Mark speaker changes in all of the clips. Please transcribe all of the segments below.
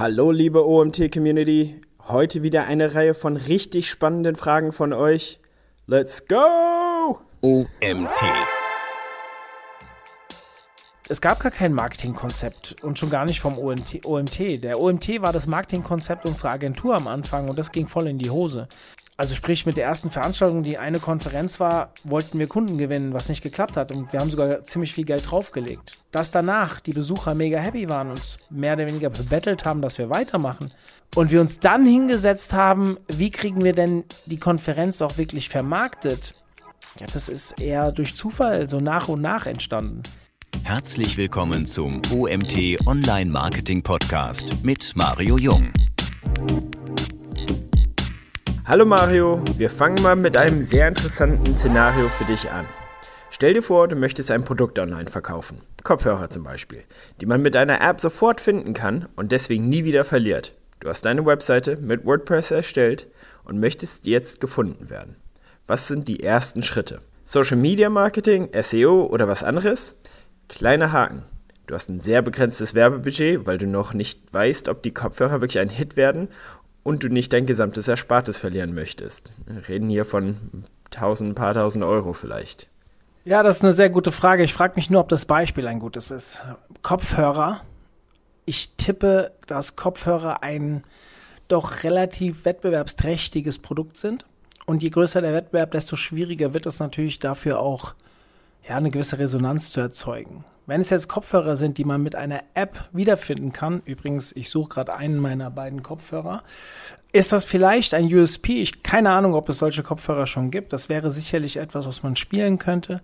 Speaker 1: Hallo liebe OMT-Community, heute wieder eine Reihe von richtig spannenden Fragen von euch. Let's go!
Speaker 2: OMT.
Speaker 3: Es gab gar kein Marketingkonzept und schon gar nicht vom OMT. Der OMT war das Marketingkonzept unserer Agentur am Anfang und das ging voll in die Hose. Also sprich, mit der ersten Veranstaltung, die eine Konferenz war, wollten wir Kunden gewinnen, was nicht geklappt hat. Und wir haben sogar ziemlich viel Geld draufgelegt. Dass danach die Besucher mega happy waren und uns mehr oder weniger bebettelt haben, dass wir weitermachen. Und wir uns dann hingesetzt haben, wie kriegen wir denn die Konferenz auch wirklich vermarktet? Ja, das ist eher durch Zufall so nach und nach entstanden.
Speaker 2: Herzlich willkommen zum OMT Online Marketing Podcast mit Mario Jung.
Speaker 1: Hallo Mario, wir fangen mal mit einem sehr interessanten Szenario für dich an. Stell dir vor, du möchtest ein Produkt online verkaufen, Kopfhörer zum Beispiel, die man mit einer App sofort finden kann und deswegen nie wieder verliert. Du hast deine Webseite mit WordPress erstellt und möchtest jetzt gefunden werden. Was sind die ersten Schritte? Social Media Marketing, SEO oder was anderes? Kleiner Haken. Du hast ein sehr begrenztes Werbebudget, weil du noch nicht weißt, ob die Kopfhörer wirklich ein Hit werden und du nicht dein gesamtes Erspartes verlieren möchtest. Wir reden hier von ein paar tausend Euro vielleicht.
Speaker 3: Ja, das ist eine sehr gute Frage. Ich frage mich nur, ob das Beispiel ein gutes ist. Kopfhörer. Ich tippe, dass Kopfhörer ein doch relativ wettbewerbsträchtiges Produkt sind. Und je größer der Wettbewerb, desto schwieriger wird es natürlich dafür auch, eine gewisse Resonanz zu erzeugen. Wenn es jetzt Kopfhörer sind, die man mit einer App wiederfinden kann, übrigens, ich suche gerade einen meiner beiden Kopfhörer, ist das vielleicht ein USP? Keine Ahnung, ob es solche Kopfhörer schon gibt. Das wäre sicherlich etwas, was man spielen könnte.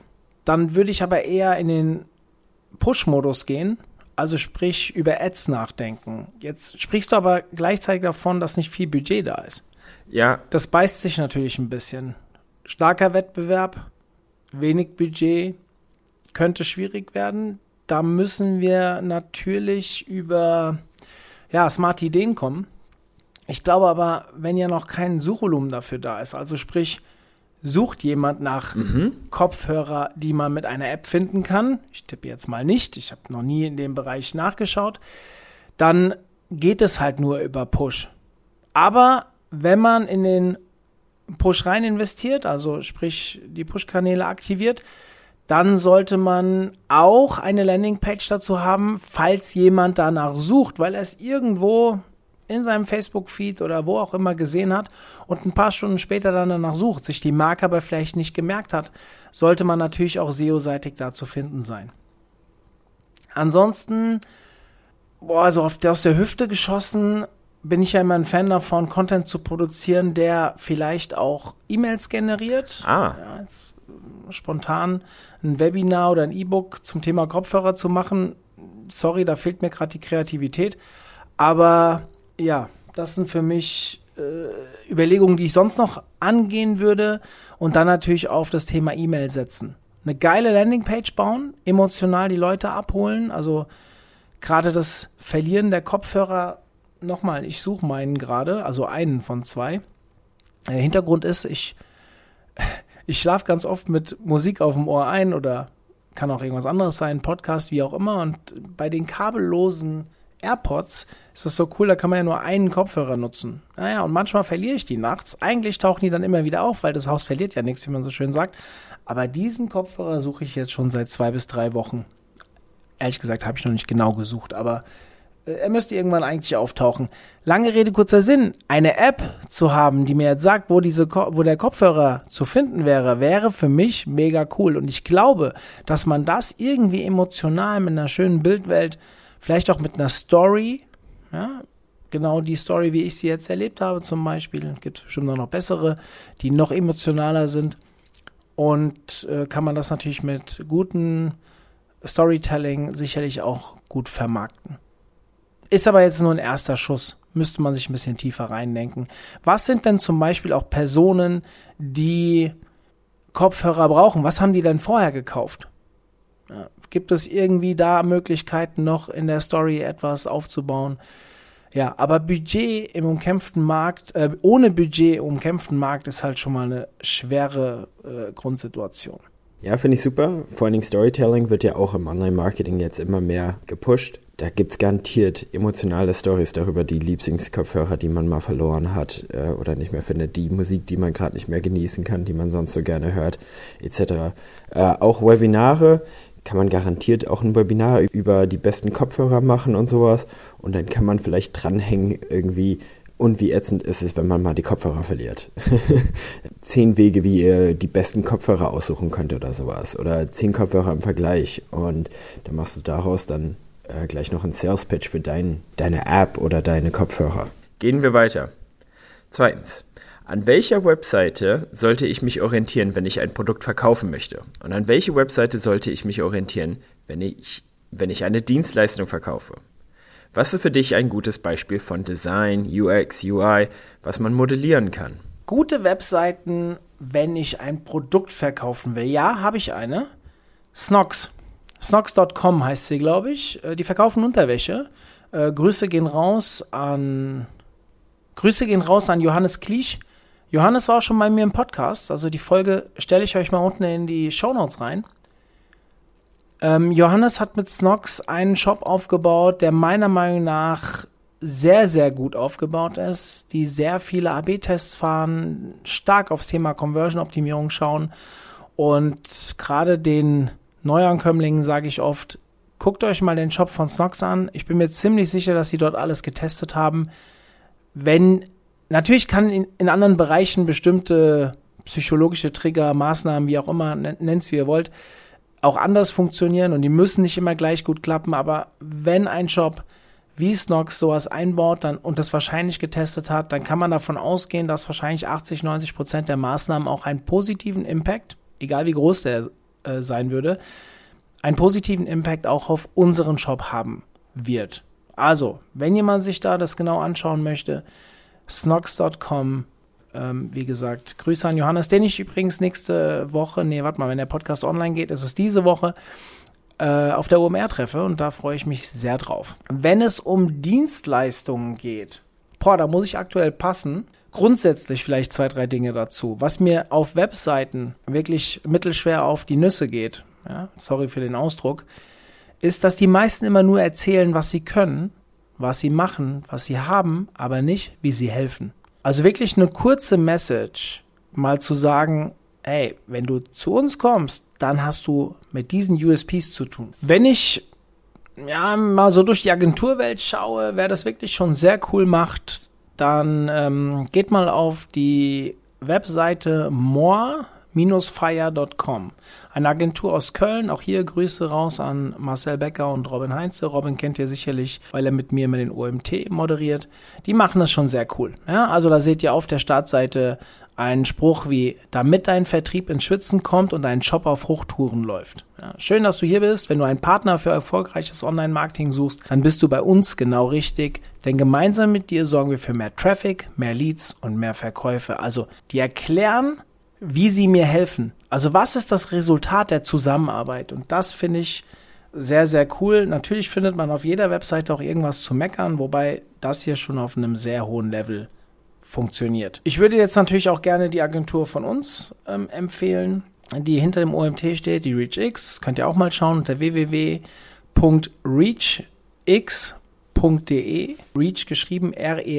Speaker 3: Dann würde ich aber eher in den Push-Modus gehen, also sprich über Ads nachdenken. Jetzt sprichst du aber gleichzeitig davon, dass nicht viel Budget da ist.
Speaker 1: Ja.
Speaker 3: Das beißt sich natürlich ein bisschen. Starker Wettbewerb, wenig Budget, könnte schwierig werden. Da müssen wir natürlich über smarte Ideen kommen. Ich glaube aber, wenn ja noch kein Suchvolumen dafür da ist, also sprich, sucht jemand nach Kopfhörer, die man mit einer App finden kann, ich tippe jetzt mal nicht, ich habe noch nie in dem Bereich nachgeschaut, dann geht es halt nur über Push. Aber wenn man in den Push rein investiert, also sprich die Push-Kanäle aktiviert, dann sollte man auch eine Landingpage dazu haben, falls jemand danach sucht, weil er es irgendwo in seinem Facebook-Feed oder wo auch immer gesehen hat und ein paar Stunden später dann danach sucht, sich die Marke aber vielleicht nicht gemerkt hat, sollte man natürlich auch SEO-seitig da zu finden sein. Ansonsten, also aus der Hüfte geschossen, bin ich ja immer ein Fan davon, Content zu produzieren, der vielleicht auch E-Mails generiert. Jetzt spontan ein Webinar oder ein E-Book zum Thema Kopfhörer zu machen. Sorry, da fehlt mir gerade die Kreativität. Aber ja, das sind für mich Überlegungen, die ich sonst noch angehen würde und dann natürlich auf das Thema E-Mail setzen. Eine geile Landingpage bauen, emotional die Leute abholen, also gerade das Verlieren der Kopfhörer. Nochmal, ich suche meinen gerade, also einen von zwei. Der Hintergrund ist, ich schlafe ganz oft mit Musik auf dem Ohr ein oder kann auch irgendwas anderes sein, Podcast, wie auch immer. Und bei den kabellosen AirPods ist das so cool, da kann man ja nur einen Kopfhörer nutzen. Naja, und manchmal verliere ich die nachts. Eigentlich tauchen die dann immer wieder auf, weil das Haus verliert ja nichts, wie man so schön sagt. Aber diesen Kopfhörer suche ich jetzt schon seit 2 bis 3 Wochen. Ehrlich gesagt habe ich noch nicht genau gesucht, aber er müsste irgendwann eigentlich auftauchen. Lange Rede, kurzer Sinn. Eine App zu haben, die mir jetzt sagt, wo der Kopfhörer zu finden wäre für mich mega cool. Und ich glaube, dass man das irgendwie emotional mit einer schönen Bildwelt, vielleicht auch mit einer Story, genau die Story, wie ich sie jetzt erlebt habe zum Beispiel, gibt es bestimmt noch bessere, die noch emotionaler sind. Und kann man das natürlich mit gutem Storytelling sicherlich auch gut vermarkten. Ist aber jetzt nur ein erster Schuss. Müsste man sich ein bisschen tiefer reindenken. Was sind denn zum Beispiel auch Personen, die Kopfhörer brauchen? Was haben die denn vorher gekauft? Gibt es irgendwie da Möglichkeiten, noch in der Story etwas aufzubauen? Ja, aber Budget im umkämpften Markt, ohne Budget im umkämpften Markt ist halt schon mal eine schwere Grundsituation.
Speaker 1: Ja, finde ich super. Vor allen Dingen Storytelling wird ja auch im Online-Marketing jetzt immer mehr gepusht. Da gibt es garantiert emotionale Storys darüber, die Lieblingskopfhörer, die man mal verloren hat oder nicht mehr findet, die Musik, die man gerade nicht mehr genießen kann, die man sonst so gerne hört, etc. Auch Webinare, kann man garantiert auch ein Webinar über die besten Kopfhörer machen und sowas. Und dann kann man vielleicht dranhängen irgendwie, und wie ätzend ist es, wenn man mal die Kopfhörer verliert. 10 Wege, wie ihr die besten Kopfhörer aussuchen könnt oder sowas. Oder 10 Kopfhörer im Vergleich. Und dann machst du daraus dann gleich noch einen Sales-Pitch für deine App oder deine Kopfhörer. Gehen wir weiter. 2. An welcher Webseite sollte ich mich orientieren, wenn ich ein Produkt verkaufen möchte? Und an welche Webseite sollte ich mich orientieren, wenn ich eine Dienstleistung verkaufe? Was ist für dich ein gutes Beispiel von Design, UX, UI, was man modellieren kann?
Speaker 3: Gute Webseiten, wenn ich ein Produkt verkaufen will. Ja, habe ich eine. Snox. Snox.com heißt sie, glaube ich. Die verkaufen Unterwäsche. Grüße gehen raus an Johannes Kliesch. Johannes war auch schon bei mir im Podcast. Also die Folge stelle ich euch mal unten in die Shownotes rein. Johannes hat mit Snox einen Shop aufgebaut, der meiner Meinung nach sehr, sehr gut aufgebaut ist, die sehr viele AB-Tests fahren, stark aufs Thema Conversion-Optimierung schauen und gerade den Neuankömmlingen sage ich oft, guckt euch mal den Shop von Snox an. Ich bin mir ziemlich sicher, dass sie dort alles getestet haben. Natürlich kann in anderen Bereichen bestimmte psychologische Trigger, Maßnahmen, wie auch immer, nennt es wie ihr wollt, auch anders funktionieren und die müssen nicht immer gleich gut klappen, aber wenn ein Shop wie Snox sowas einbaut und das wahrscheinlich getestet hat, dann kann man davon ausgehen, dass wahrscheinlich 80-90% der Maßnahmen auch einen positiven Impact, egal wie groß der sein würde, einen positiven Impact auch auf unseren Shop haben wird. Also, wenn jemand sich da das genau anschauen möchte, Snox.com, wie gesagt, Grüße an Johannes, den ich übrigens nächste Woche, wenn der Podcast online geht, ist es diese Woche, auf der OMR treffe und da freue ich mich sehr drauf. Wenn es um Dienstleistungen geht, da muss ich aktuell passen. Grundsätzlich vielleicht 2, 3 Dinge dazu. Was mir auf Webseiten wirklich mittelschwer auf die Nüsse geht, ja, sorry für den Ausdruck, ist, dass die meisten immer nur erzählen, was sie können, was sie machen, was sie haben, aber nicht, wie sie helfen. Also wirklich eine kurze Message, mal zu sagen, hey, wenn du zu uns kommst, dann hast du mit diesen USPs zu tun. Wenn ich mal so durch die Agenturwelt schaue, wer das wirklich schon sehr cool macht, dann geht mal auf die Webseite more-fire.com. Eine Agentur aus Köln. Auch hier Grüße raus an Marcel Becker und Robin Heinze. Robin kennt ihr sicherlich, weil er mit mir immer den OMT moderiert. Die machen das schon sehr cool. Ja, also da seht ihr auf der Startseite einen Spruch wie, damit dein Vertrieb ins Schwitzen kommt und dein Shop auf Hochtouren läuft. Ja, schön, dass du hier bist. Wenn du einen Partner für erfolgreiches Online-Marketing suchst, dann bist du bei uns genau richtig. Denn gemeinsam mit dir sorgen wir für mehr Traffic, mehr Leads und mehr Verkäufe. Also die erklären, wie sie mir helfen. Also was ist das Resultat der Zusammenarbeit? Und das finde ich sehr, sehr cool. Natürlich findet man auf jeder Webseite auch irgendwas zu meckern, wobei das hier schon auf einem sehr hohen Level funktioniert. Ich würde jetzt natürlich auch gerne die Agentur von uns empfehlen, die hinter dem OMT steht, die ReachX. Könnt ihr auch mal schauen unter www.reachx.de. Reach geschrieben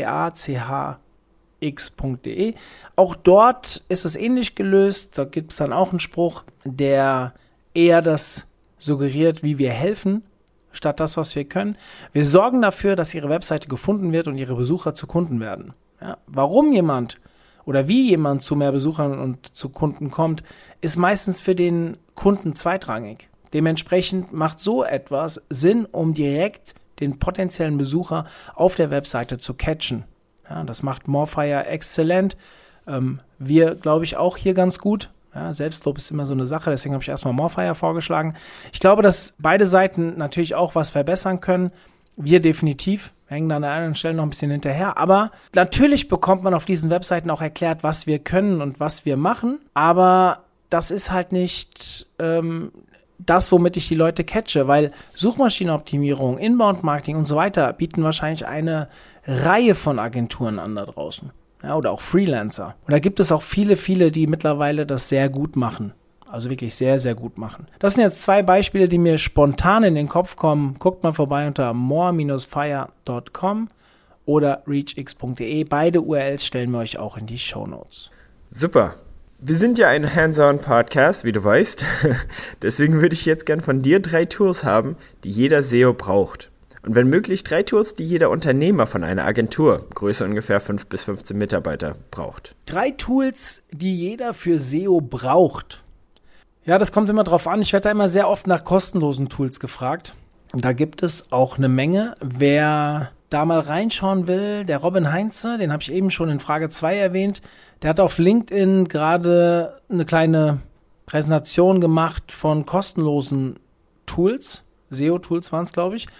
Speaker 3: REACH.x.de. Auch dort ist es ähnlich gelöst. Da gibt es dann auch einen Spruch, der eher das suggeriert, wie wir helfen, statt das, was wir können. Wir sorgen dafür, dass Ihre Webseite gefunden wird und Ihre Besucher zu Kunden werden. Ja, warum jemand oder wie jemand zu mehr Besuchern und zu Kunden kommt, ist meistens für den Kunden zweitrangig. Dementsprechend macht so etwas Sinn, um direkt den potenziellen Besucher auf der Webseite zu catchen. Ja, das macht Morefire exzellent. Wir, glaube ich, auch hier ganz gut. Ja, Selbstlob ist immer so eine Sache, deswegen habe ich erstmal Morefire vorgeschlagen. Ich glaube, dass beide Seiten natürlich auch was verbessern können. Wir definitiv hängen an der einen Stelle noch ein bisschen hinterher. Aber natürlich bekommt man auf diesen Webseiten auch erklärt, was wir können und was wir machen. Aber das ist halt nicht das, womit ich die Leute catche, weil Suchmaschinenoptimierung, Inbound-Marketing und so weiter bieten wahrscheinlich eine Reihe von Agenturen an da draußen. Ja, oder auch Freelancer. Und da gibt es auch viele, die mittlerweile das sehr gut machen. Also wirklich sehr, sehr gut machen. Das sind jetzt 2 Beispiele, die mir spontan in den Kopf kommen. Guckt mal vorbei unter more-fire.com oder reachx.de. Beide URLs stellen wir euch auch in die Shownotes.
Speaker 1: Super. Wir sind ja ein Hands-on-Podcast, wie du weißt. Deswegen würde ich jetzt gern von dir 3 Tools haben, die jeder SEO braucht. Und wenn möglich 3 Tools, die jeder Unternehmer von einer Agentur, Größe ungefähr 5 bis 15 Mitarbeiter, braucht.
Speaker 3: 3 Tools, die jeder für SEO braucht. Ja, das kommt immer drauf an. Ich werde da immer sehr oft nach kostenlosen Tools gefragt. Und da gibt es auch eine Menge. Wer da mal reinschauen will, der Robin Heinze, den habe ich eben schon in Frage 2 erwähnt, der hat auf LinkedIn gerade eine kleine Präsentation gemacht von kostenlosen Tools. SEO-Tools waren es, glaube ich.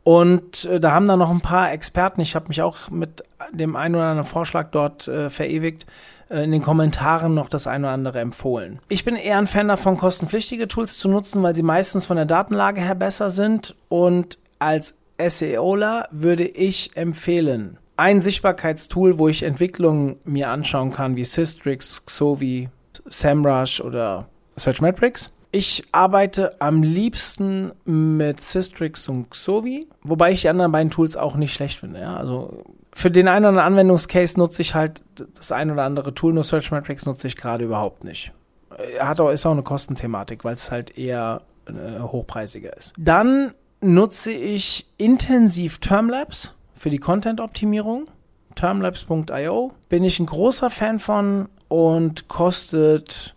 Speaker 3: Und da haben dann noch ein paar Experten, ich habe mich auch mit dem einen oder anderen Vorschlag dort verewigt, in den Kommentaren noch das eine oder andere empfohlen. Ich bin eher ein Fan davon, kostenpflichtige Tools zu nutzen, weil sie meistens von der Datenlage her besser sind. Und als SEOler würde ich empfehlen, ein Sichtbarkeitstool, wo ich Entwicklungen mir anschauen kann, wie Sistrix, Xovi, SEMrush oder Searchmetrics. Ich arbeite am liebsten mit Sistrix und Xovi, wobei ich die anderen beiden Tools auch nicht schlecht finde. Ja? Also für den einen oder anderen Anwendungscase nutze ich halt das ein oder andere Tool, nur Searchmetrics nutze ich gerade überhaupt nicht. Ist auch eine Kostenthematik, weil es halt eher hochpreisiger ist. Dann nutze ich intensiv Termlabs für die Content-Optimierung. Termlabs.io bin ich ein großer Fan von und kostet,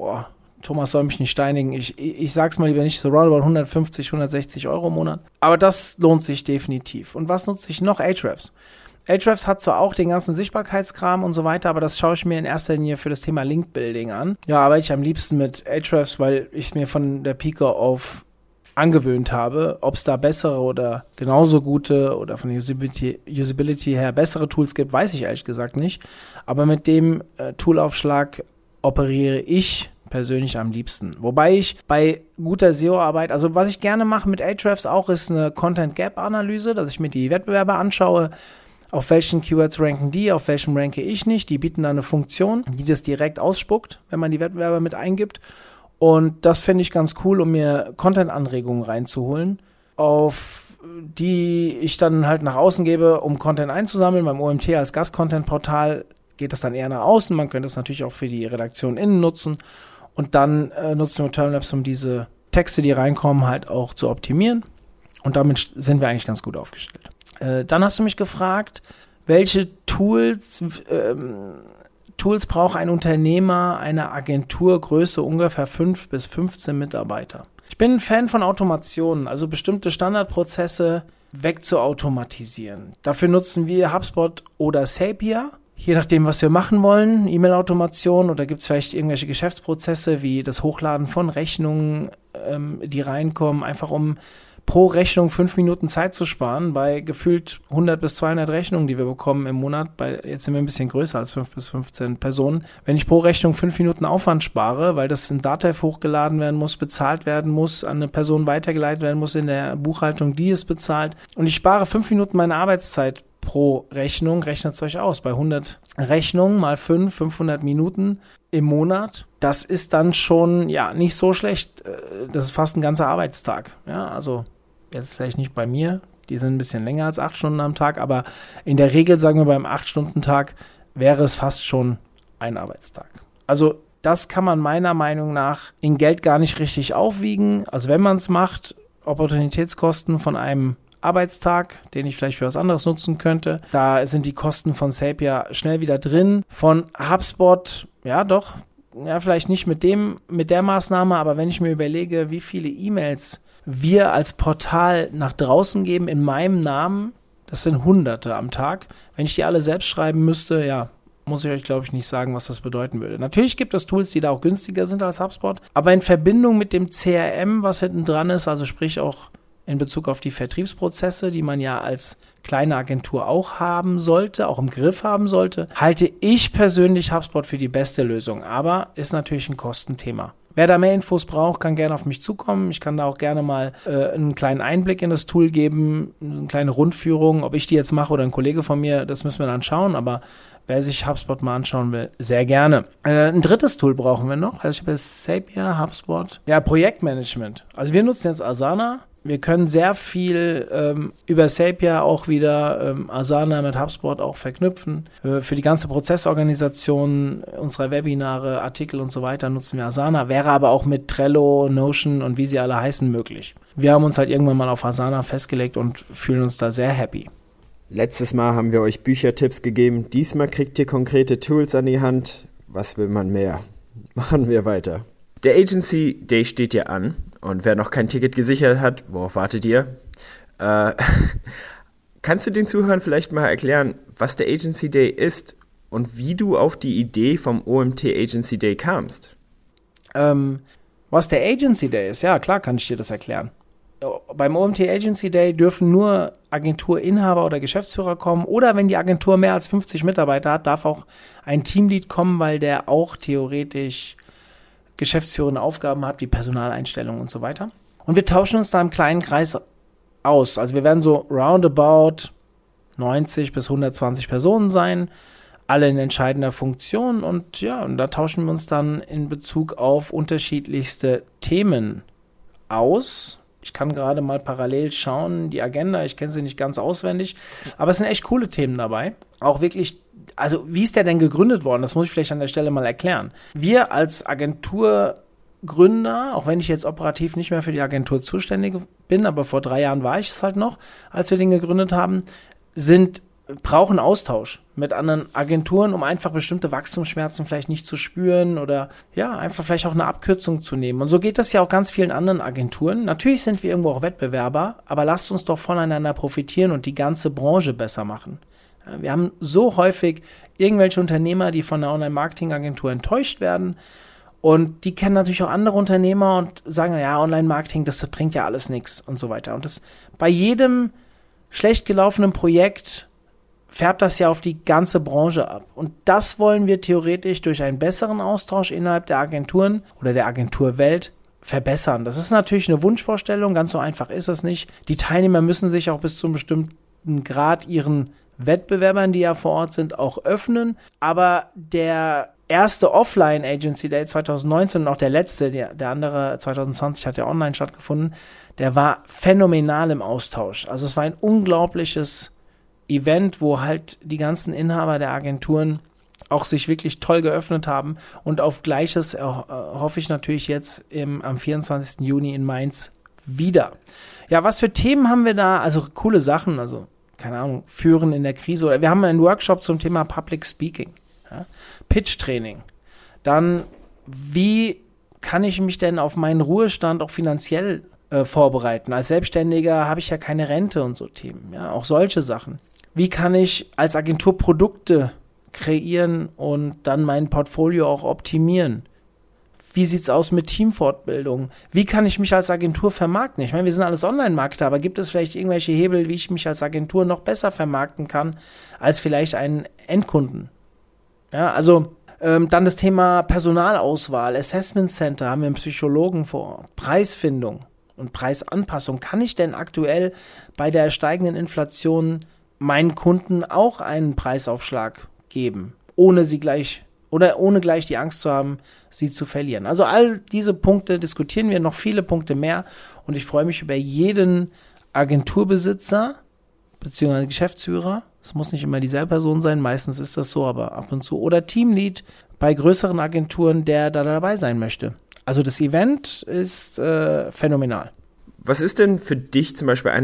Speaker 3: Thomas soll mich nicht steinigen, ich sag's mal lieber nicht, so roundabout 150, 160 Euro im Monat. Aber das lohnt sich definitiv. Und was nutze ich noch? Ahrefs. Ahrefs hat zwar auch den ganzen Sichtbarkeitskram und so weiter, aber das schaue ich mir in erster Linie für das Thema Link-Building an. Ja, arbeite ich am liebsten mit Ahrefs, weil ich es mir von der Pike auf angewöhnt habe. Ob es da bessere oder genauso gute oder von der Usability her bessere Tools gibt, weiß ich ehrlich gesagt nicht. Aber mit dem Toolaufschlag operiere ich persönlich am liebsten. Wobei ich bei guter SEO-Arbeit, also was ich gerne mache mit Ahrefs auch, ist eine Content-Gap-Analyse, dass ich mir die Wettbewerber anschaue, auf welchen Keywords ranken die, auf welchem ranke ich nicht. Die bieten da eine Funktion, die das direkt ausspuckt, wenn man die Wettbewerber mit eingibt. Und das finde ich ganz cool, um mir Content-Anregungen reinzuholen, auf die ich dann halt nach außen gebe, um Content einzusammeln. Beim OMT als Gast-Content-Portal geht das dann eher nach außen. Man könnte es natürlich auch für die Redaktion innen nutzen. Und dann nutzen wir Termlabs, um diese Texte, die reinkommen, halt auch zu optimieren. Und damit sind wir eigentlich ganz gut aufgestellt. Dann hast du mich gefragt, welche Tools braucht ein Unternehmer, eine Agentur, Größe ungefähr 5 bis 15 Mitarbeiter. Ich bin ein Fan von Automationen, also bestimmte Standardprozesse wegzuautomatisieren. Dafür nutzen wir HubSpot oder Zapier. Je nachdem, was wir machen wollen, E-Mail-Automation oder gibt es vielleicht irgendwelche Geschäftsprozesse wie das Hochladen von Rechnungen, die reinkommen, einfach um pro Rechnung 5 Minuten Zeit zu sparen, bei gefühlt 100 bis 200 Rechnungen, die wir bekommen im Monat, jetzt sind wir ein bisschen größer als 5 bis 15 Personen. Wenn ich pro Rechnung 5 Minuten Aufwand spare, weil das in Datev hochgeladen werden muss, bezahlt werden muss, an eine Person weitergeleitet werden muss in der Buchhaltung, die es bezahlt, und ich spare 5 Minuten meine Arbeitszeit pro Rechnung, rechnet es euch aus, bei 100 Rechnungen mal 500 Minuten im Monat, das ist dann schon, nicht so schlecht. Das ist fast ein ganzer Arbeitstag. Ja, also jetzt vielleicht nicht bei mir, die sind ein bisschen länger als 8 Stunden am Tag, aber in der Regel, sagen wir beim 8-Stunden-Tag, wäre es fast schon ein Arbeitstag. Also das kann man meiner Meinung nach in Geld gar nicht richtig aufwiegen. Also wenn man es macht, Opportunitätskosten von einem Arbeitstag, den ich vielleicht für was anderes nutzen könnte. Da sind die Kosten von Zapier schnell wieder drin. Von HubSpot, vielleicht nicht mit der Maßnahme, aber wenn ich mir überlege, wie viele E-Mails wir als Portal nach draußen geben in meinem Namen, das sind Hunderte am Tag. Wenn ich die alle selbst schreiben müsste, muss ich euch, glaube ich, nicht sagen, was das bedeuten würde. Natürlich gibt es Tools, die da auch günstiger sind als HubSpot, aber in Verbindung mit dem CRM, was hinten dran ist, also sprich auch in Bezug auf die Vertriebsprozesse, die man ja als kleine Agentur auch haben sollte, auch im Griff haben sollte, halte ich persönlich HubSpot für die beste Lösung. Aber ist natürlich ein Kostenthema. Wer da mehr Infos braucht, kann gerne auf mich zukommen. Ich kann da auch gerne mal einen kleinen Einblick in das Tool geben, eine kleine Rundführung. Ob ich die jetzt mache oder ein Kollege von mir, das müssen wir dann schauen. Aber wer sich HubSpot mal anschauen will, sehr gerne. Ein drittes Tool brauchen wir noch. Also ich habe Zapier, HubSpot. Ja, Projektmanagement. Also wir nutzen jetzt Asana. Wir können sehr viel über Zapier auch wieder Asana mit HubSpot auch verknüpfen. Für die ganze Prozessorganisation unserer Webinare, Artikel und so weiter nutzen wir Asana. Wäre aber auch mit Trello, Notion und wie sie alle heißen möglich. Wir haben uns halt irgendwann mal auf Asana festgelegt und fühlen uns da sehr happy.
Speaker 1: Letztes Mal haben wir euch Büchertipps gegeben. Diesmal kriegt ihr konkrete Tools an die Hand. Was will man mehr? Machen wir weiter. Der Agency Day steht ja an. Und wer noch kein Ticket gesichert hat, worauf wartet ihr? Kannst du den Zuhörern vielleicht mal erklären, was der Agency Day ist und wie du auf die Idee vom OMT Agency Day kamst?
Speaker 3: Was der Agency Day ist? Ja, klar kann ich dir das erklären. Beim OMT Agency Day dürfen nur Agenturinhaber oder Geschäftsführer kommen oder wenn die Agentur mehr als 50 Mitarbeiter hat, darf auch ein Teamlead kommen, weil der auch theoretisch geschäftsführende Aufgaben hat, wie Personaleinstellungen und so weiter. Und wir tauschen uns da im kleinen Kreis aus. Also wir werden so roundabout 90 bis 120 Personen sein, alle in entscheidender Funktion und ja, und da tauschen wir uns dann in Bezug auf unterschiedlichste Themen aus. Ich kann gerade mal parallel schauen, die Agenda, ich kenne sie nicht ganz auswendig, aber es sind echt coole Themen dabei. Auch wirklich, also wie ist der denn gegründet worden? Das muss ich vielleicht an der Stelle mal erklären. Wir als Agenturgründer, auch wenn ich jetzt operativ nicht mehr für die Agentur zuständig bin, aber vor 3 Jahren war ich es halt noch, als wir den gegründet haben, brauchen Austausch mit anderen Agenturen, um einfach bestimmte Wachstumsschmerzen vielleicht nicht zu spüren oder ja, einfach vielleicht auch eine Abkürzung zu nehmen. Und so geht das ja auch ganz vielen anderen Agenturen. Natürlich sind wir irgendwo auch Wettbewerber, aber lasst uns doch voneinander profitieren und die ganze Branche besser machen. Wir haben so häufig irgendwelche Unternehmer, die von einer Online-Marketing-Agentur enttäuscht werden und die kennen natürlich auch andere Unternehmer und sagen, ja, Online-Marketing, das bringt ja alles nichts und so weiter. Und das bei jedem schlecht gelaufenen Projekt färbt das ja auf die ganze Branche ab. Und das wollen wir theoretisch durch einen besseren Austausch innerhalb der Agenturen oder der Agenturwelt verbessern. Das ist natürlich eine Wunschvorstellung, ganz so einfach ist es nicht. Die Teilnehmer müssen sich auch bis zu einem bestimmten Grad ihren Wettbewerbern, die ja vor Ort sind, auch öffnen. Aber der erste Offline-Agency Day 2019 und auch der letzte, der andere 2020 hat ja online stattgefunden, der war phänomenal im Austausch. Also es war ein unglaubliches Event, wo halt die ganzen Inhaber der Agenturen auch sich wirklich toll geöffnet haben und auf Gleiches hoffe ich natürlich jetzt am 24. Juni in Mainz wieder. Ja, was für Themen haben wir da? Also coole Sachen, also keine Ahnung, Führen in der Krise oder wir haben einen Workshop zum Thema Public Speaking, ja? Pitch-Training. Dann, wie kann ich mich denn auf meinen Ruhestand auch finanziell vorbereiten? Als Selbstständiger habe ich ja keine Rente und so Themen, ja, auch solche Sachen. Wie kann ich als Agentur Produkte kreieren und dann mein Portfolio auch optimieren? Wie sieht's aus mit Teamfortbildung? Wie kann ich mich als Agentur vermarkten? Ich meine, wir sind alles Online-Marketer, aber gibt es vielleicht irgendwelche Hebel, wie ich mich als Agentur noch besser vermarkten kann, als vielleicht einen Endkunden? Ja, also dann das Thema Personalauswahl, Assessment Center, haben wir einen Psychologen vor Ort, Preisfindung und Preisanpassung. Kann ich denn aktuell bei der steigenden Inflation meinen Kunden auch einen Preisaufschlag geben, ohne gleich die Angst zu haben, sie zu verlieren? Also all diese Punkte diskutieren wir, noch viele Punkte mehr und ich freue mich über jeden Agenturbesitzer bzw. Geschäftsführer. Es muss nicht immer dieselbe Person sein, meistens ist das so, aber ab und zu. Oder Teamlead bei größeren Agenturen, der da dabei sein möchte. Also das Event ist phänomenal.
Speaker 1: Was ist denn für dich zum Beispiel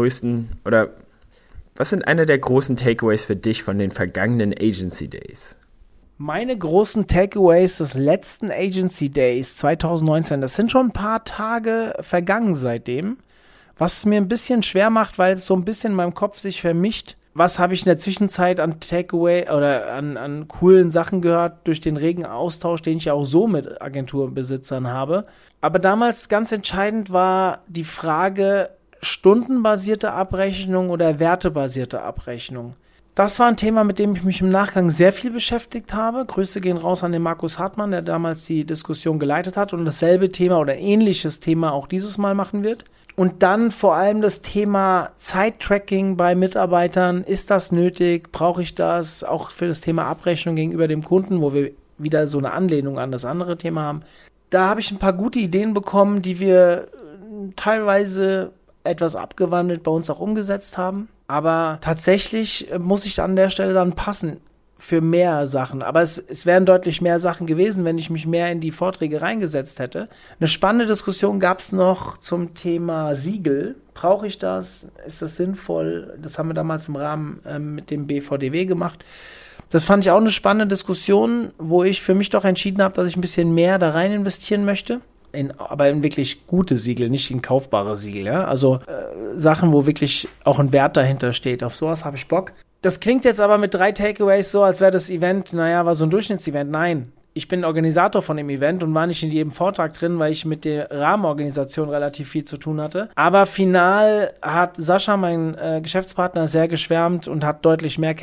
Speaker 1: was sind einer der großen Takeaways für dich von den vergangenen Agency Days?
Speaker 3: Meine großen Takeaways des letzten Agency Days 2019, das sind schon ein paar Tage vergangen seitdem, was es mir ein bisschen schwer macht, weil es so ein bisschen in meinem Kopf sich vermischt. Was habe ich in der Zwischenzeit an Takeaway oder an coolen Sachen gehört durch den regen Austausch, den ich ja auch so mit Agenturbesitzern habe. Aber damals ganz entscheidend war die Frage, stundenbasierte Abrechnung oder wertebasierte Abrechnung. Das war ein Thema, mit dem ich mich im Nachgang sehr viel beschäftigt habe. Grüße gehen raus an den Markus Hartmann, der damals die Diskussion geleitet hat und dasselbe Thema oder ähnliches Thema auch dieses Mal machen wird. Und dann vor allem das Thema Zeittracking bei Mitarbeitern. Ist das nötig? Brauche ich das? Auch für das Thema Abrechnung gegenüber dem Kunden, wo wir wieder so eine Anlehnung an das andere Thema haben. Da habe ich ein paar gute Ideen bekommen, die wir teilweise etwas abgewandelt bei uns auch umgesetzt haben. Aber tatsächlich muss ich an der Stelle dann passen für mehr Sachen. Aber es wären deutlich mehr Sachen gewesen, wenn ich mich mehr in die Vorträge reingesetzt hätte. Eine spannende Diskussion gab es noch zum Thema Siegel. Brauche ich das? Ist das sinnvoll? Das haben wir damals im Rahmen mit dem BVDW gemacht. Das fand ich auch eine spannende Diskussion, wo ich für mich doch entschieden habe, dass ich ein bisschen mehr da rein investieren möchte. Aber in wirklich gute Siegel, nicht in kaufbare Siegel. Ja? Also Sachen, wo wirklich auch ein Wert dahinter steht. Auf sowas habe ich Bock. Das klingt jetzt aber mit 3 Takeaways so, als wäre das Event, war so ein Durchschnittsevent. Nein, ich bin Organisator von dem Event und war nicht in jedem Vortrag drin, weil ich mit der Rahmenorganisation relativ viel zu tun hatte. Aber final hat Sascha, mein Geschäftspartner, sehr geschwärmt und hat deutlich mehr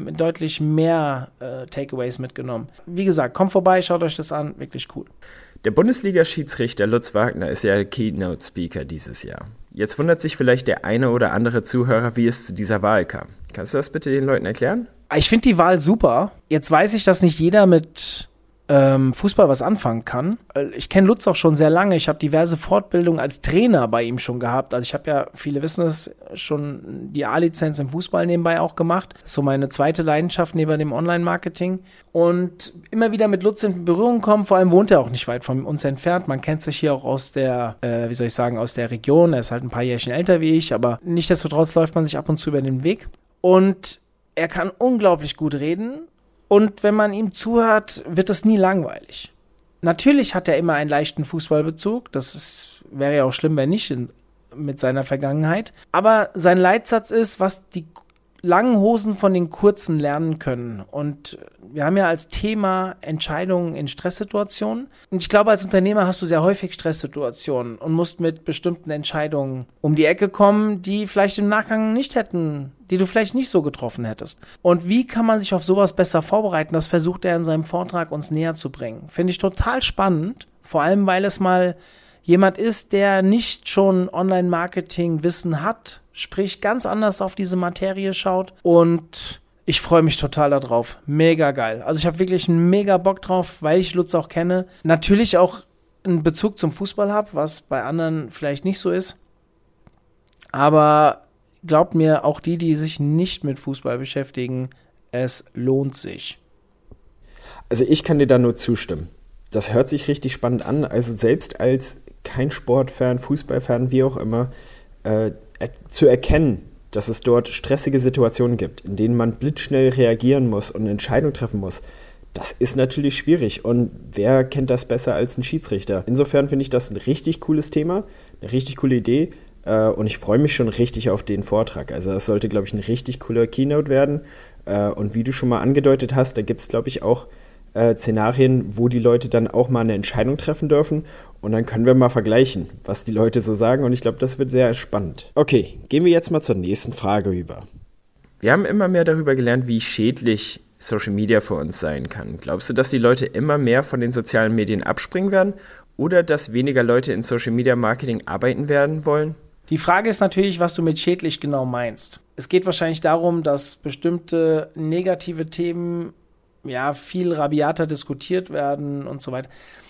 Speaker 3: Takeaways mitgenommen. Wie gesagt, kommt vorbei, schaut euch das an, wirklich cool.
Speaker 1: Der Bundesliga-Schiedsrichter Lutz Wagner ist ja Keynote-Speaker dieses Jahr. Jetzt wundert sich vielleicht der eine oder andere Zuhörer, wie es zu dieser Wahl kam. Kannst du das bitte den Leuten erklären?
Speaker 3: Ich finde die Wahl super. Jetzt weiß ich, dass nicht jeder mit Fußball was anfangen kann. Ich kenne Lutz auch schon sehr lange. Ich habe diverse Fortbildungen als Trainer bei ihm schon gehabt. Also ich habe ja, viele wissen es, schon die A-Lizenz im Fußball nebenbei auch gemacht. Das ist so meine zweite Leidenschaft neben dem Online-Marketing. Und immer wieder mit Lutz in Berührung kommen. Vor allem wohnt er auch nicht weit von uns entfernt. Man kennt sich hier auch aus der, aus der Region. Er ist halt ein paar Jährchen älter wie ich, aber nichtsdestotrotz läuft man sich ab und zu über den Weg. Und er kann unglaublich gut reden. Und wenn man ihm zuhört, wird es nie langweilig. Natürlich hat er immer einen leichten Fußballbezug. Wäre ja auch schlimm, wenn nicht mit seiner Vergangenheit. Aber sein Leitsatz ist, was die langen Hosen von den kurzen lernen können. Und wir haben ja als Thema Entscheidungen in Stresssituationen. Und ich glaube, als Unternehmer hast du sehr häufig Stresssituationen und musst mit bestimmten Entscheidungen um die Ecke kommen, die vielleicht im Nachgang die du vielleicht nicht so getroffen hättest. Und wie kann man sich auf sowas besser vorbereiten? Das versucht er in seinem Vortrag uns näher zu bringen. Finde ich total spannend, vor allem weil es mal jemand ist, der nicht schon Online-Marketing-Wissen hat, sprich ganz anders auf diese Materie schaut, und ich freue mich total darauf. Mega geil. Also ich habe wirklich einen mega Bock drauf, weil ich Lutz auch kenne. Natürlich auch einen Bezug zum Fußball habe, was bei anderen vielleicht nicht so ist. Aber glaubt mir, auch die sich nicht mit Fußball beschäftigen, es lohnt sich.
Speaker 1: Also ich kann dir da nur zustimmen. Das hört sich richtig spannend an. Also selbst als kein Sportfan, Fußballfan, wie auch immer, zu erkennen, dass es dort stressige Situationen gibt, in denen man blitzschnell reagieren muss und eine Entscheidung treffen muss, das ist natürlich schwierig. Und wer kennt das besser als ein Schiedsrichter? Insofern finde ich das ein richtig cooles Thema, eine richtig coole Idee. Und ich freue mich schon richtig auf den Vortrag. Also das sollte, glaube ich, ein richtig cooler Keynote werden. Und wie du schon mal angedeutet hast, da gibt es, glaube ich, auch Szenarien, wo die Leute dann auch mal eine Entscheidung treffen dürfen. Und dann können wir mal vergleichen, was die Leute so sagen. Und ich glaube, das wird sehr spannend. Okay, gehen wir jetzt mal zur nächsten Frage über. Wir haben immer mehr darüber gelernt, wie schädlich Social Media für uns sein kann. Glaubst du, dass die Leute immer mehr von den sozialen Medien abspringen werden oder dass weniger Leute in Social Media Marketing arbeiten werden wollen?
Speaker 3: Die Frage ist natürlich, was du mit schädlich genau meinst. Es geht wahrscheinlich darum, dass bestimmte negative Themen viel rabiater diskutiert werden und so weiter.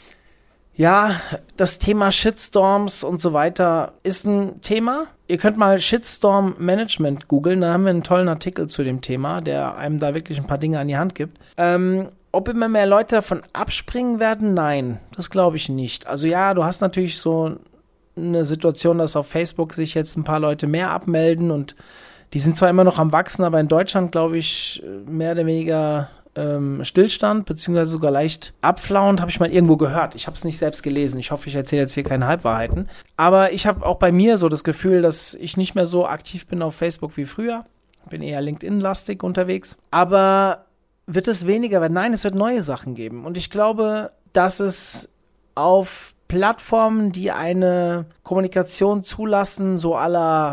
Speaker 3: Ja, das Thema Shitstorms und so weiter ist ein Thema. Ihr könnt mal Shitstorm Management googeln, da haben wir einen tollen Artikel zu dem Thema, der einem da wirklich ein paar Dinge an die Hand gibt. Ob immer mehr Leute davon abspringen werden? Nein, das glaube ich nicht. Also ja, du hast natürlich so eine Situation, dass auf Facebook sich jetzt ein paar Leute mehr abmelden und die sind zwar immer noch am Wachsen, aber in Deutschland, glaube ich, mehr oder weniger Stillstand, beziehungsweise sogar leicht abflauend, habe ich mal irgendwo gehört. Ich habe es nicht selbst gelesen. Ich hoffe, ich erzähle jetzt hier keine Halbwahrheiten. Aber ich habe auch bei mir so das Gefühl, dass ich nicht mehr so aktiv bin auf Facebook wie früher. Bin eher LinkedIn-lastig unterwegs. Aber wird es weniger werden? Nein, es wird neue Sachen geben. Und ich glaube, dass es auf Plattformen, die eine Kommunikation zulassen, so à la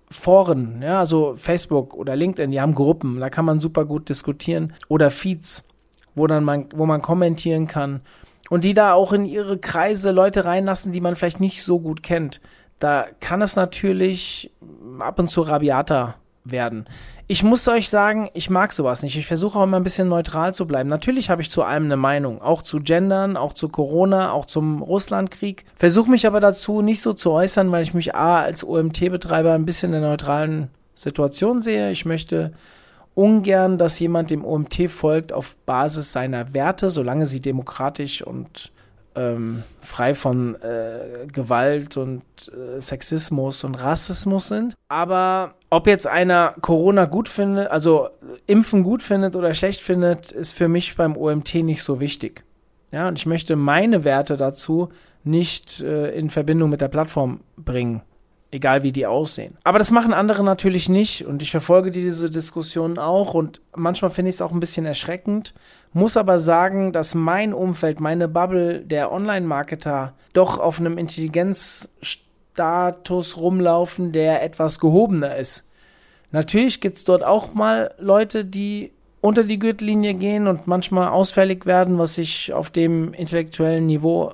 Speaker 3: Foren, ja, also Facebook oder LinkedIn, die haben Gruppen, da kann man super gut diskutieren. Oder Feeds, wo man kommentieren kann. Und die da auch in ihre Kreise Leute reinlassen, die man vielleicht nicht so gut kennt. Da kann es natürlich ab und zu rabiater werden. Ich muss euch sagen, ich mag sowas nicht. Ich versuche auch immer ein bisschen neutral zu bleiben. Natürlich habe ich zu allem eine Meinung. Auch zu Gendern, auch zu Corona, auch zum Russlandkrieg. Versuche mich aber dazu nicht so zu äußern, weil ich mich als OMT-Betreiber ein bisschen in der neutralen Situation sehe. Ich möchte ungern, dass jemand dem OMT folgt auf Basis seiner Werte, solange sie demokratisch und frei von Gewalt und Sexismus und Rassismus sind. Aber ob jetzt einer Corona gut findet, also Impfen gut findet oder schlecht findet, ist für mich beim OMT nicht so wichtig. Ja, und ich möchte meine Werte dazu nicht in Verbindung mit der Plattform bringen. Egal wie die aussehen. Aber das machen andere natürlich nicht und ich verfolge diese Diskussionen auch und manchmal finde ich es auch ein bisschen erschreckend, muss aber sagen, dass mein Umfeld, meine Bubble der Online-Marketer doch auf einem Intelligenzstatus rumlaufen, der etwas gehobener ist. Natürlich gibt es dort auch mal Leute, die unter die Gürtellinie gehen und manchmal ausfällig werden, was ich auf dem intellektuellen Niveau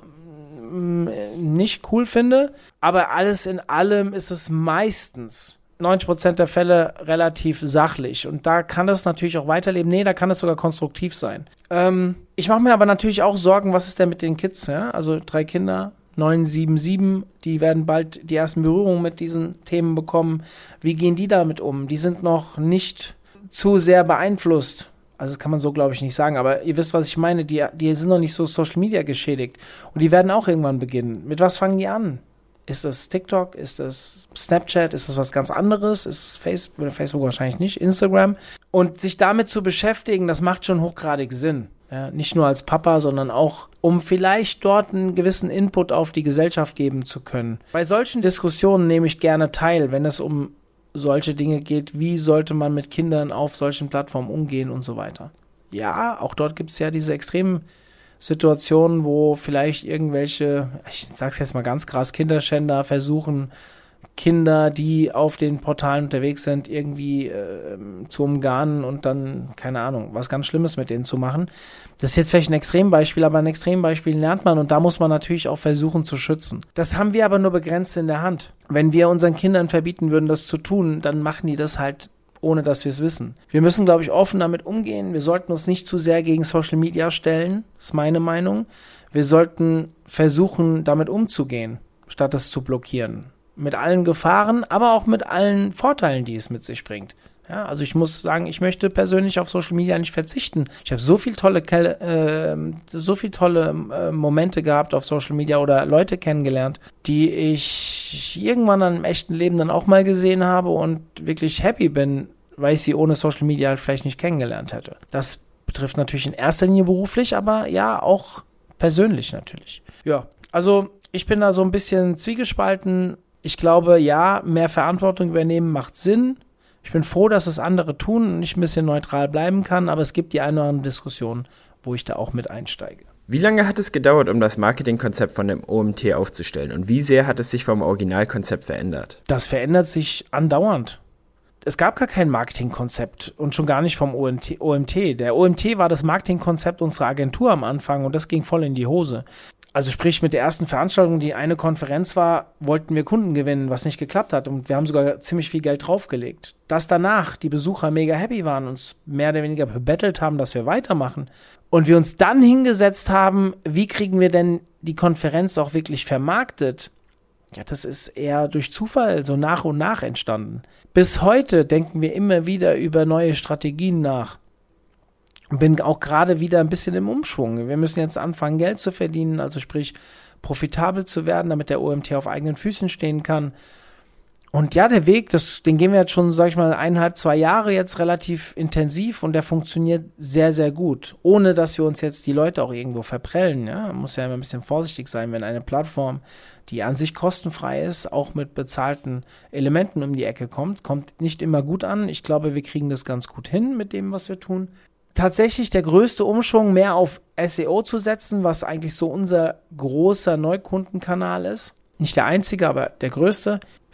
Speaker 3: nicht cool finde, aber alles in allem ist es meistens 90% der Fälle relativ sachlich und da kann das natürlich auch weiterleben. Nee, da kann es sogar konstruktiv sein. Ich mache mir aber natürlich auch Sorgen, was ist denn mit den Kids, ja? Also 3 Kinder, 9, 7, 7, die werden bald die ersten Berührungen mit diesen Themen bekommen. Wie gehen die damit um? Die sind noch nicht zu sehr beeinflusst. Also das kann man so, glaube ich, nicht sagen, aber ihr wisst, was ich meine, die sind noch nicht so Social Media geschädigt und die werden auch irgendwann beginnen. Mit was fangen die an? Ist das TikTok? Ist das Snapchat? Ist das was ganz anderes? Ist es Facebook wahrscheinlich nicht, Instagram? Und sich damit zu beschäftigen, das macht schon hochgradig Sinn. Ja, nicht nur als Papa, sondern auch, um vielleicht dort einen gewissen Input auf die Gesellschaft geben zu können. Bei solchen Diskussionen nehme ich gerne teil, wenn es um solche Dinge geht, wie sollte man mit Kindern auf solchen Plattformen umgehen und so weiter. Ja, auch dort gibt es ja diese extremen Situationen, wo vielleicht irgendwelche, ich sag's jetzt mal ganz krass, Kinderschänder versuchen, Kinder, die auf den Portalen unterwegs sind, irgendwie zu umgarnen und dann, keine Ahnung, was ganz Schlimmes mit denen zu machen. Das ist jetzt vielleicht ein Extrembeispiel, aber ein Extrembeispiel lernt man und da muss man natürlich auch versuchen zu schützen. Das haben wir aber nur begrenzt in der Hand. Wenn wir unseren Kindern verbieten würden, das zu tun, dann machen die das halt, ohne dass wir es wissen. Wir müssen, glaube ich, offen damit umgehen. Wir sollten uns nicht zu sehr gegen Social Media stellen, ist meine Meinung. Wir sollten versuchen, damit umzugehen, statt es zu blockieren. Mit allen Gefahren, aber auch mit allen Vorteilen, die es mit sich bringt. Ja, also ich muss sagen, ich möchte persönlich auf Social Media nicht verzichten. Ich habe so viele tolle Momente gehabt auf Social Media oder Leute kennengelernt, die ich irgendwann im echten Leben dann auch mal gesehen habe und wirklich happy bin, weil ich sie ohne Social Media halt vielleicht nicht kennengelernt hätte. Das betrifft natürlich in erster Linie beruflich, aber ja, auch persönlich natürlich. Ja, also ich bin da so ein bisschen zwiegespalten. Ich glaube, ja, mehr Verantwortung übernehmen macht Sinn. Ich bin froh, dass es andere tun und ich ein bisschen neutral bleiben kann, aber es gibt die eine oder andere Diskussion, wo ich da auch mit einsteige.
Speaker 1: Wie lange hat es gedauert, um das Marketingkonzept von dem OMT aufzustellen und wie sehr hat es sich vom Originalkonzept verändert?
Speaker 3: Das verändert sich andauernd. Es gab gar kein Marketingkonzept und schon gar nicht vom OMT. Der OMT war das Marketingkonzept unserer Agentur am Anfang und das ging voll in die Hose. Also sprich, mit der ersten Veranstaltung, die eine Konferenz war, wollten wir Kunden gewinnen, was nicht geklappt hat. Und wir haben sogar ziemlich viel Geld draufgelegt. Dass danach die Besucher mega happy waren, uns mehr oder weniger bebettelt haben, dass wir weitermachen. Und wir uns dann hingesetzt haben, wie kriegen wir denn die Konferenz auch wirklich vermarktet? Ja, das ist eher durch Zufall so nach und nach entstanden. Bis heute denken wir immer wieder über neue Strategien nach. Bin auch gerade wieder ein bisschen im Umschwung. Wir müssen jetzt anfangen, Geld zu verdienen, also sprich profitabel zu werden, damit der OMT auf eigenen Füßen stehen kann. Und ja, der Weg, den gehen wir jetzt schon, sag ich mal, 1,5, 2 Jahre jetzt relativ intensiv und der funktioniert sehr, sehr gut, ohne dass wir uns jetzt die Leute auch irgendwo verprellen. Ja? Man muss ja immer ein bisschen vorsichtig sein, wenn eine Plattform, die an sich kostenfrei ist, auch mit bezahlten Elementen um die Ecke kommt nicht immer gut an. Ich glaube, wir kriegen das ganz gut hin mit dem, was wir tun. Tatsächlich der größte Umschwung, mehr auf SEO zu setzen, was eigentlich so unser großer Neukundenkanal ist. Nicht der einzige, aber der größte.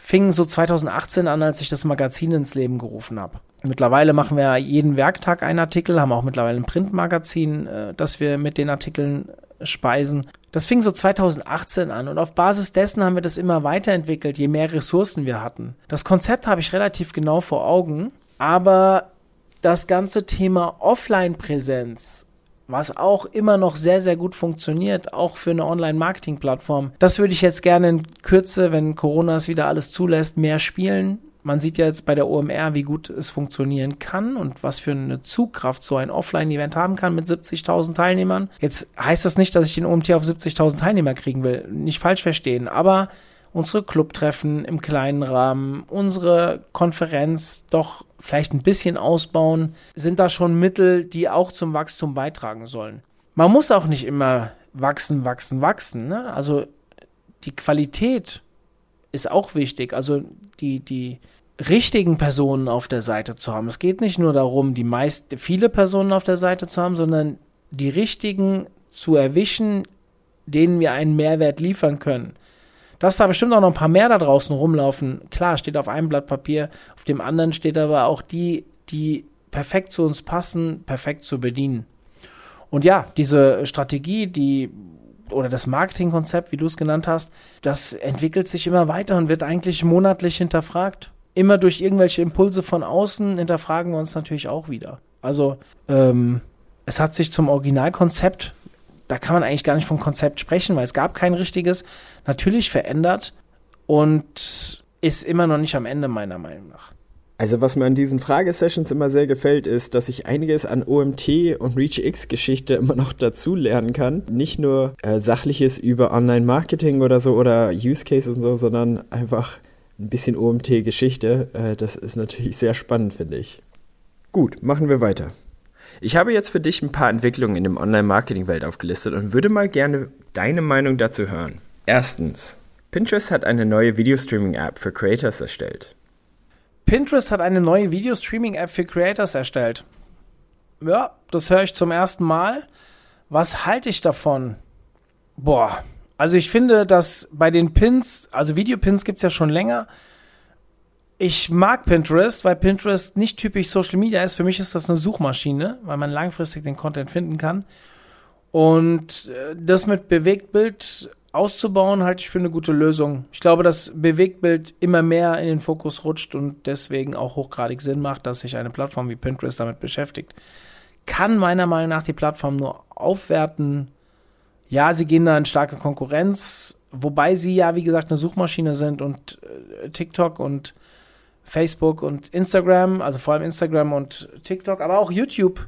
Speaker 3: fing so 2018 an, als ich das Magazin ins Leben gerufen habe. Mittlerweile machen wir jeden Werktag einen Artikel, haben auch mittlerweile ein Printmagazin, das wir mit den Artikeln speisen. Das fing so 2018 an und auf Basis dessen haben wir das immer weiterentwickelt, je mehr Ressourcen wir hatten. Das Konzept habe ich relativ genau vor Augen, aber das ganze Thema Offline-Präsenz, was auch immer noch sehr, sehr gut funktioniert, auch für eine Online-Marketing-Plattform, das würde ich jetzt gerne in Kürze, wenn Corona es wieder alles zulässt, mehr spielen. Man sieht ja jetzt bei der OMR, wie gut es funktionieren kann und was für eine Zugkraft so ein Offline-Event haben kann mit 70.000 Teilnehmern. Jetzt heißt das nicht, dass ich den OMT auf 70.000 Teilnehmer kriegen will, nicht falsch verstehen, aber unsere Clubtreffen im kleinen Rahmen, unsere Konferenz doch vielleicht ein bisschen ausbauen, sind da schon Mittel, die auch zum Wachstum beitragen sollen. Man muss auch nicht immer wachsen, ne? Also die Qualität ist auch wichtig, also die richtigen Personen auf der Seite zu haben. Es geht nicht nur darum, viele Personen auf der Seite zu haben, sondern die richtigen zu erwischen, denen wir einen Mehrwert liefern können. Dass da bestimmt auch noch ein paar mehr da draußen rumlaufen, klar, steht auf einem Blatt Papier, auf dem anderen steht aber auch die perfekt zu uns passen, perfekt zu bedienen. Und ja, diese Strategie, oder das Marketingkonzept, wie du es genannt hast, das entwickelt sich immer weiter und wird eigentlich monatlich hinterfragt. Immer durch irgendwelche Impulse von außen hinterfragen wir uns natürlich auch wieder. Also es hat sich zum Originalkonzept, da kann man eigentlich gar nicht vom Konzept sprechen, weil es gab kein richtiges, natürlich verändert und ist immer noch nicht am Ende meiner Meinung nach.
Speaker 1: Also was mir an diesen Fragesessions immer sehr gefällt, ist, dass ich einiges an OMT und ReachX-Geschichte immer noch dazu lernen kann. Nicht nur Sachliches über Online-Marketing oder so oder Use Cases und so, sondern einfach ein bisschen OMT-Geschichte. Das ist natürlich sehr spannend, finde ich. Gut, machen wir weiter. Ich habe jetzt für dich ein paar Entwicklungen in der Online-Marketing-Welt aufgelistet und würde mal gerne deine Meinung dazu hören. Erstens, Pinterest hat eine neue Video-Streaming-App für Creators erstellt.
Speaker 3: Pinterest hat eine neue Video-Streaming-App für Creators erstellt. Ja, das höre ich zum ersten Mal. Was halte ich davon? Also ich finde, dass bei den Pins, also Videopins gibt es ja schon länger. Ich mag Pinterest, weil Pinterest nicht typisch Social Media ist. Für mich ist das eine Suchmaschine, weil man langfristig den Content finden kann. Und das mit Bewegtbild auszubauen, halte ich für eine gute Lösung. Ich glaube, dass Bewegtbild immer mehr in den Fokus rutscht und deswegen auch hochgradig Sinn macht, dass sich eine Plattform wie Pinterest damit beschäftigt. Kann meiner Meinung nach die Plattform nur aufwerten. Ja, sie gehen da in starke Konkurrenz, wobei sie ja, wie gesagt, eine Suchmaschine sind und TikTok und Facebook und Instagram, also vor allem Instagram und TikTok, aber auch YouTube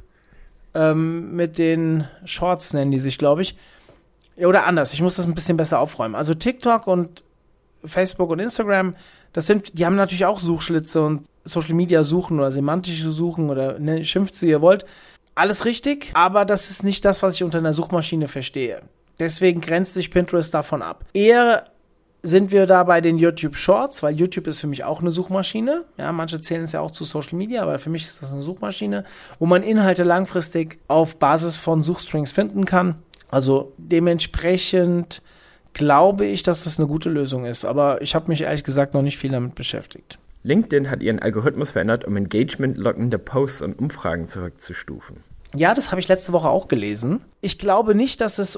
Speaker 3: mit den Shorts nennen die sich, glaube ich. Oder anders, ich muss das ein bisschen besser aufräumen. Also TikTok und Facebook und Instagram, die haben natürlich auch Suchschlitze und Social Media Suchen oder semantische Suchen oder schimpft, wie ihr wollt. Alles richtig, aber das ist nicht das, was ich unter einer Suchmaschine verstehe. Deswegen grenzt sich Pinterest davon ab. Eher sind wir da bei den YouTube Shorts, weil YouTube ist für mich auch eine Suchmaschine. Ja, manche zählen es ja auch zu Social Media, aber für mich ist das eine Suchmaschine, wo man Inhalte langfristig auf Basis von Suchstrings finden kann. Also dementsprechend glaube ich, dass das eine gute Lösung ist, aber ich habe mich ehrlich gesagt noch nicht viel damit beschäftigt.
Speaker 1: LinkedIn hat ihren Algorithmus verändert, um Engagement-lockende Posts und Umfragen zurückzustufen.
Speaker 3: Ja, das habe ich letzte Woche auch gelesen. Ich glaube nicht, dass es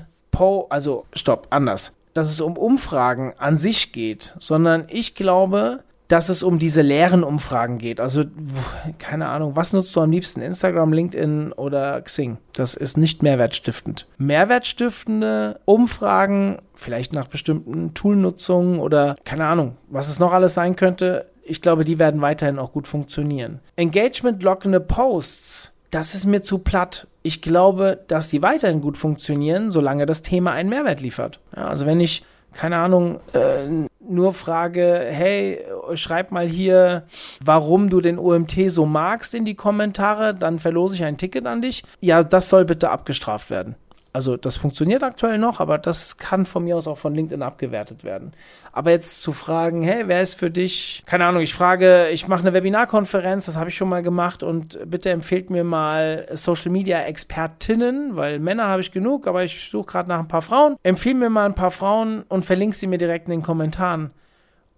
Speaker 3: dass es um Umfragen an sich geht, sondern ich glaube, dass es um diese leeren Umfragen geht. Also, keine Ahnung, was nutzt du am liebsten? Instagram, LinkedIn oder Xing? Das ist nicht mehrwertstiftend. Mehrwertstiftende Umfragen, vielleicht nach bestimmten Toolnutzungen oder keine Ahnung, was es noch alles sein könnte, ich glaube, die werden weiterhin auch gut funktionieren. Engagement-lockende Posts, das ist mir zu platt. Ich glaube, dass die weiterhin gut funktionieren, solange das Thema einen Mehrwert liefert. Ja, also wenn ich, keine Ahnung, nur frage, hey, schreib mal hier, warum du den OMT so magst in die Kommentare, dann verlose ich ein Ticket an dich. Ja, das soll bitte abgestraft werden. Also das funktioniert aktuell noch, aber das kann von mir aus auch von LinkedIn abgewertet werden. Aber jetzt zu fragen, hey, wer ist für dich, keine Ahnung, ich mache eine Webinarkonferenz, das habe ich schon mal gemacht und bitte empfehlt mir mal Social Media Expertinnen, weil Männer habe ich genug, aber ich suche gerade nach ein paar Frauen. Empfehle mir mal ein paar Frauen und verlinke sie mir direkt in den Kommentaren.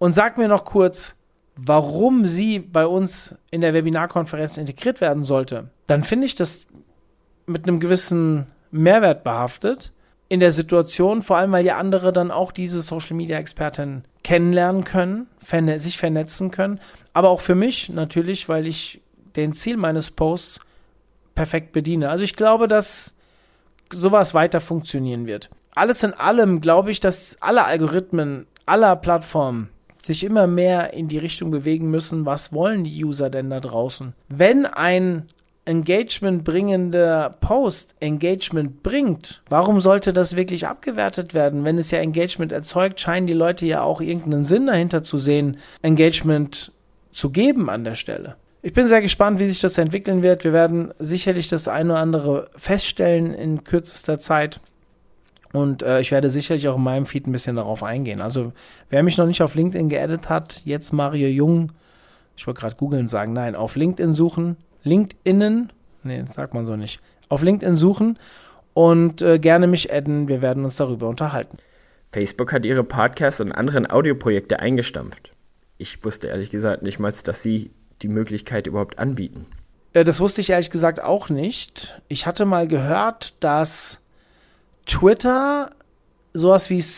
Speaker 3: und sagt mir noch kurz, warum sie bei uns in der Webinarkonferenz integriert werden sollte, dann finde ich das mit einem gewissen Mehrwert behaftet in der Situation, vor allem weil ja andere dann auch diese Social-Media-Expertin kennenlernen können, sich vernetzen können, aber auch für mich natürlich, weil ich den Ziel meines Posts perfekt bediene. Also ich glaube, dass sowas weiter funktionieren wird. Alles in allem glaube ich, dass alle Algorithmen aller Plattformen sich immer mehr in die Richtung bewegen müssen, was wollen die User denn da draußen? Wenn ein Engagement-bringender Post Engagement bringt, warum sollte das wirklich abgewertet werden? Wenn es ja Engagement erzeugt, scheinen die Leute ja auch irgendeinen Sinn dahinter zu sehen, Engagement zu geben an der Stelle. Ich bin sehr gespannt, wie sich das entwickeln wird. Wir werden sicherlich das eine oder andere feststellen in kürzester Zeit. Und ich werde sicherlich auch in meinem Feed ein bisschen darauf eingehen. Also wer mich noch nicht auf LinkedIn geaddet hat, jetzt Mario Jung, ich wollte gerade googeln sagen, nein, auf LinkedIn suchen, das sagt man so nicht, auf LinkedIn suchen und gerne mich adden, wir werden uns darüber unterhalten.
Speaker 1: Facebook hat ihre Podcasts und anderen Audioprojekte eingestampft. Ich wusste ehrlich gesagt nicht mal, dass sie die Möglichkeit überhaupt anbieten.
Speaker 3: Das wusste ich ehrlich gesagt auch nicht. Ich hatte mal gehört, dass Twitter sowas wie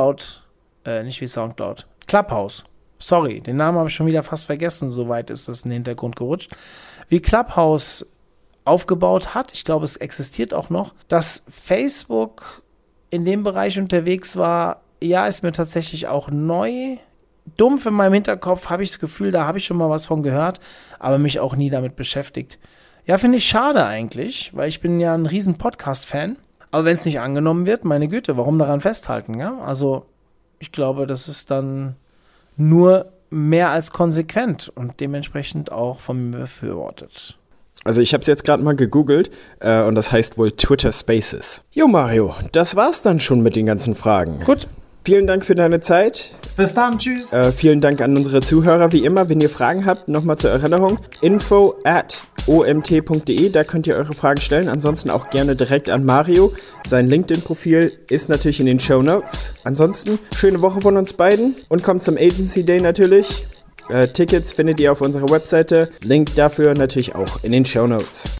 Speaker 3: Clubhouse. Sorry, den Namen habe ich schon wieder fast vergessen, soweit ist das in den Hintergrund gerutscht. Wie Clubhouse aufgebaut hat, ich glaube, es existiert auch noch, dass Facebook in dem Bereich unterwegs war, ja, ist mir tatsächlich auch neu. Dumpf in meinem Hinterkopf habe ich das Gefühl, da habe ich schon mal was von gehört, aber mich auch nie damit beschäftigt. Ja, finde ich schade eigentlich, weil ich bin ja ein riesen Podcast-Fan. Aber wenn es nicht angenommen wird, meine Güte, warum daran festhalten? Ja? Also ich glaube, das ist dann nur mehr als konsequent und dementsprechend auch von mir befürwortet.
Speaker 1: Also ich habe es jetzt gerade mal gegoogelt und das heißt wohl Twitter Spaces. Jo Mario, das war's dann schon mit den ganzen Fragen.
Speaker 3: Gut.
Speaker 1: Vielen Dank für deine Zeit.
Speaker 3: Bis dann, tschüss.
Speaker 1: Vielen Dank an unsere Zuhörer, wie immer. Wenn ihr Fragen habt, nochmal zur Erinnerung, info@omt.de, da könnt ihr eure Fragen stellen. Ansonsten auch gerne direkt an Mario. Sein LinkedIn-Profil ist natürlich in den Shownotes. Ansonsten, schöne Woche von uns beiden und kommt zum Agency Day natürlich. Tickets findet ihr auf unserer Webseite. Link dafür natürlich auch in den Shownotes.